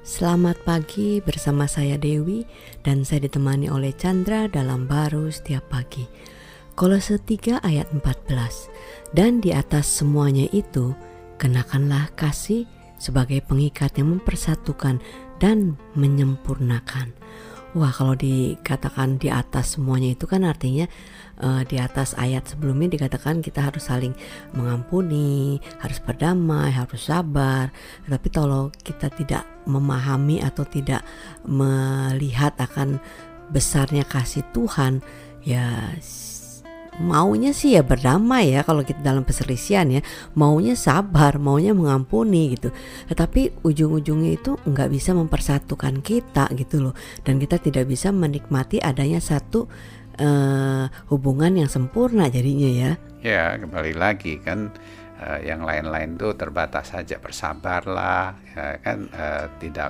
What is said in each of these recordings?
Selamat pagi, bersama saya Dewi dan saya ditemani oleh Chandra dalam Baru Setiap Pagi. Kolose 3 ayat 14. Dan di atas semuanya itu, kenakanlah kasih sebagai pengikat yang mempersatukan dan menyempurnakan. Wah, kalau dikatakan di atas semuanya itu kan artinya di atas ayat sebelumnya dikatakan kita harus saling mengampuni, harus berdamai, harus sabar. Tapi kalau kita tidak memahami atau tidak melihat akan besarnya kasih Tuhan, ya maunya sih ya berdamai ya, kalau kita dalam perselisihan ya, maunya sabar, maunya mengampuni gitu. Tetapi ujung-ujungnya itu nggak bisa mempersatukan kita gitu loh. Dan kita tidak bisa menikmati adanya satu hubungan yang sempurna jadinya ya. Ya, kembali lagi kan yang lain-lain tuh terbatas saja, bersabarlah ya kan, tidak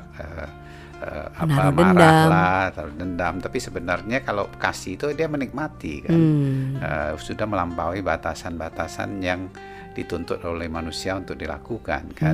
marahlah, taruh dendam. Tapi sebenarnya kalau kasih itu dia menikmati kan, sudah melampaui batasan-batasan yang dituntut oleh manusia untuk dilakukan kan.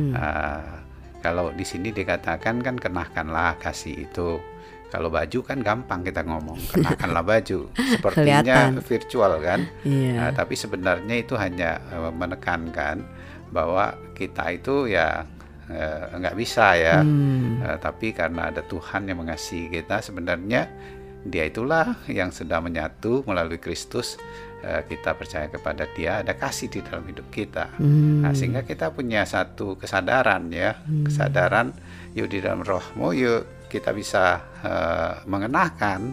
Kalau di sini dikatakan kan kenakanlah kasih itu. Kalau baju kan gampang kita ngomong, kenakanlah baju, sepertinya virtual kan. Tapi sebenarnya itu hanya menekankan bahwa kita itu ya nggak bisa ya, tapi karena ada Tuhan yang mengasihi kita, sebenarnya Dia itulah yang sedang menyatu melalui Kristus. Kita percaya kepada Dia, ada kasih di dalam hidup kita. Sehingga kita punya satu kesadaran ya, kesadaran yuk di dalam rohmu, yuk kita bisa mengenakan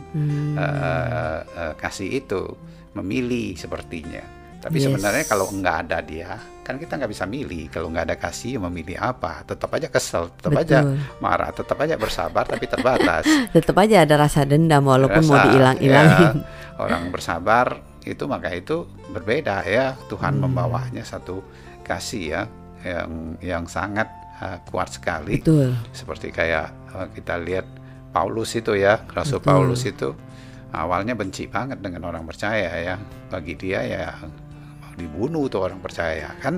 kasih itu, memilih sepertinya. Tapi sebenarnya kalau nggak ada Dia, kan kita nggak bisa milih. Kalau nggak ada kasih, memilih apa? Tetap aja kesel, tetap aja marah, tetap aja bersabar, tapi terbatas. Tetap aja ada rasa dendam walaupun mau diilang-ilangin. Ya, orang bersabar itu maka itu berbeda ya. Tuhan membawanya satu kasih ya yang sangat kuat sekali. Betul. Seperti kayak kita lihat Paulus itu ya, Rasul Paulus itu awalnya benci banget dengan orang percaya ya. Bagi dia ya dibunuh tuh orang percaya kan.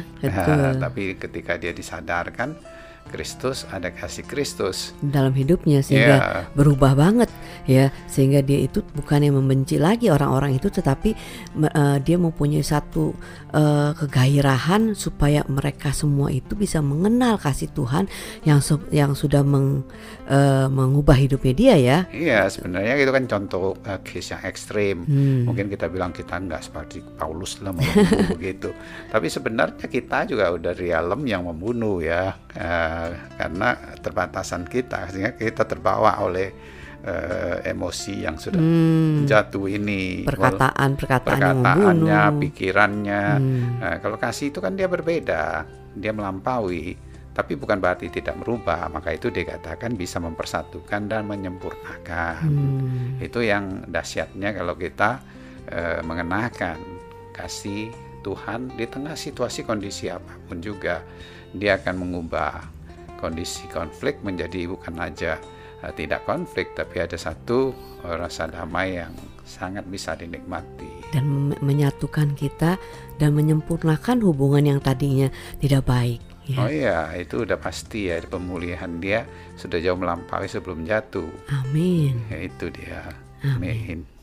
Tapi ketika dia disadarkan Kristus, ada kasih Kristus dalam hidupnya sehingga berubah banget ya, sehingga dia itu bukan yang membenci lagi orang-orang itu, tetapi dia mempunyai satu kegairahan supaya mereka semua itu bisa mengenal kasih Tuhan yang sudah mengubah hidupnya dia ya. Iya, sebenarnya itu kan contoh case yang ekstrim. Mungkin kita bilang kita nggak seperti Paulus lah membunuh begitu, tapi sebenarnya kita juga udah realem yang membunuh ya. Karena terbatasan kita, sehingga kita terbawa oleh emosi yang sudah jatuh ini, perkataannya, pikirannya. Kalau kasih itu kan dia berbeda, dia melampaui, tapi bukan berarti tidak merubah. Maka itu dikatakan bisa mempersatukan dan menyempurnakan. Itu yang dahsyatnya kalau kita mengenakan kasih Tuhan di tengah situasi kondisi apapun juga. Dia akan mengubah kondisi konflik menjadi bukan aja tidak konflik, tapi ada satu rasa damai yang sangat bisa dinikmati dan menyatukan kita dan menyempurnakan hubungan yang tadinya tidak baik ya. Oh iya, itu udah pasti ya, pemulihan dia sudah jauh melampaui sebelum jatuh. Amin. Ya, itu dia. Amin.